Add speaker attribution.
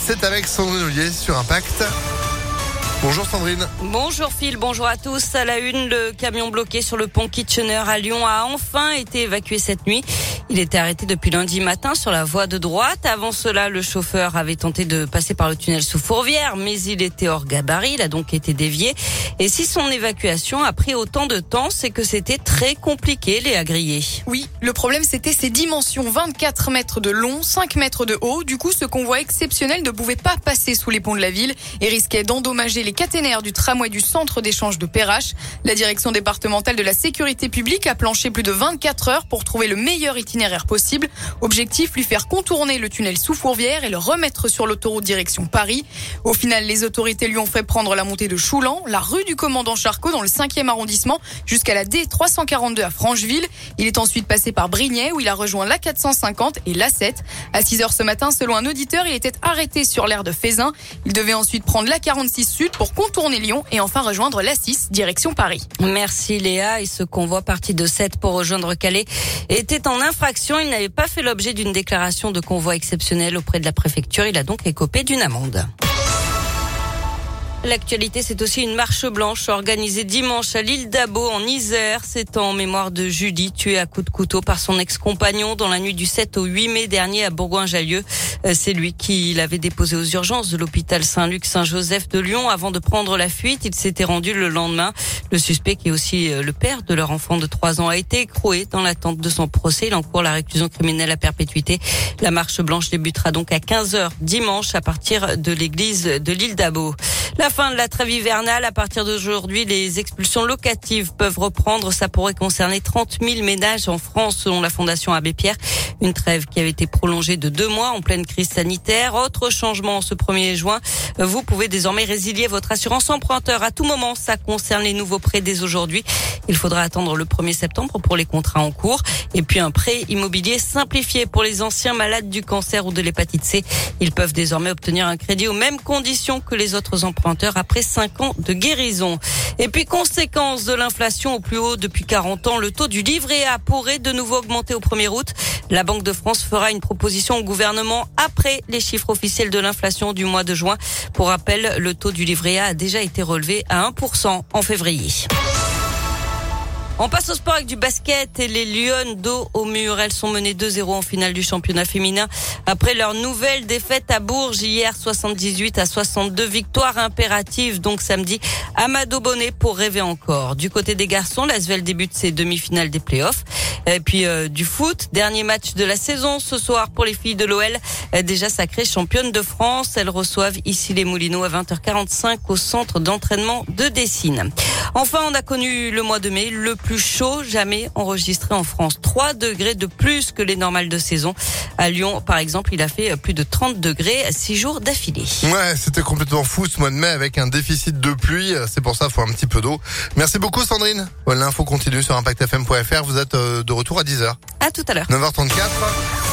Speaker 1: C'est avec Sandrine Ollier sur Impact. Bonjour Sandrine.
Speaker 2: Bonjour Phil, bonjour à tous. À la une, le camion bloqué sur le pont Kitchener à Lyon a enfin été évacué cette nuit. Il était arrêté depuis lundi matin sur la voie de droite. Avant cela, le chauffeur avait tenté de passer par le tunnel sous Fourvière, mais il était hors gabarit, il a donc été dévié. Et si son évacuation a pris autant de temps, c'est que c'était très compliqué, Léa Grillet.
Speaker 3: Oui, le problème c'était ses dimensions, 24 mètres de long, 5 mètres de haut. Du coup, ce convoi exceptionnel ne pouvait pas passer sous les ponts de la ville et risquait d'endommager les caténaires du tramway du centre d'échange de Perrache. La direction départementale de la sécurité publique a planché plus de 24 heures pour trouver le meilleur itinéraire possible. Objectif, lui faire contourner le tunnel sous Fourvière et le remettre sur l'autoroute direction Paris. Au final, les autorités lui ont fait prendre la montée de Choulan, la rue du commandant Charcot dans le 5e arrondissement jusqu'à la D342 à Francheville. Il est ensuite passé par Brignais où il a rejoint l'A450 et l'A7. À 6h ce matin, selon un auditeur, il était arrêté sur l'aire de Fézin. Il devait ensuite prendre l'A46 Sud pour contourner Lyon et enfin rejoindre l'A6 direction Paris.
Speaker 2: Merci Léa. Et ce convoi parti de 7 pour rejoindre Calais était en infraction. Il n'avait pas fait l'objet d'une déclaration de convoi exceptionnel auprès de la préfecture. Il a donc écopé d'une amende. L'actualité, c'est aussi une marche blanche organisée dimanche à l'île d'Abo en Isère. C'est en mémoire de Julie, tuée à coups de couteau par son ex-compagnon dans la nuit du 7 au 8 mai dernier à Bourgoin-Jallieu. C'est lui qui l'avait déposé aux urgences de l'hôpital Saint-Luc-Saint-Joseph de Lyon avant de prendre la fuite. Il s'était rendu le lendemain. Le suspect, qui est aussi le père de leur enfant de 3 ans, a été écroué dans l'attente de son procès. Il encourt la réclusion criminelle à perpétuité. La marche blanche débutera donc à 15h dimanche à partir de l'église de l'île d'Abo. La fin de la trêve hivernale. À partir d'aujourd'hui, les expulsions locatives peuvent reprendre. Ça pourrait concerner 30 000 ménages en France, selon la Fondation Abbé Pierre. Une trêve qui avait été prolongée de 2 mois en pleine crise sanitaire. Autre changement ce 1er juin. Vous pouvez désormais résilier votre assurance emprunteur à tout moment. Ça concerne les nouveaux prêts dès aujourd'hui. Il faudra attendre le 1er septembre pour les contrats en cours. Et puis un prêt immobilier simplifié pour les anciens malades du cancer ou de l'hépatite C. Ils peuvent désormais obtenir un crédit aux mêmes conditions que les autres emprunteurs après 5 ans de guérison. Et puis, conséquence de l'inflation au plus haut depuis 40 ans, le taux du livret A pourrait de nouveau augmenter au 1er août. La Banque de France fera une proposition au gouvernement après les chiffres officiels de l'inflation du mois de juin. Pour rappel, le taux du livret A déjà été relevé à 1% en février. On passe au sport avec du basket et les Lionnes dos au mur. Elles sont menées 2-0 en finale du championnat féminin après leur nouvelle défaite à Bourges hier 78-62. Victoire impérative donc samedi à Mado Bonnet pour rêver encore. Du côté des garçons, l'Asvel débute ses demi-finales des playoffs. Et puis du foot, dernier match de la saison ce soir pour les filles de l'OL. Déjà sacrées championnes de France, elles reçoivent ici les Moulineaux à 20h45 au centre d'entraînement de Dessines. Enfin, on a connu le mois de mai, le plus chaud jamais enregistré en France. 3 degrés de plus que les normales de saison. À Lyon, par exemple, il a fait plus de 30 degrés 6 jours d'affilée.
Speaker 1: Ouais, c'était complètement fou ce mois de mai avec un déficit de pluie. C'est pour ça qu'il faut un petit peu d'eau. Merci beaucoup Sandrine. L'info continue sur ImpactFM.fr. Vous êtes de retour à 10h.
Speaker 2: À tout à l'heure.
Speaker 1: 9h34.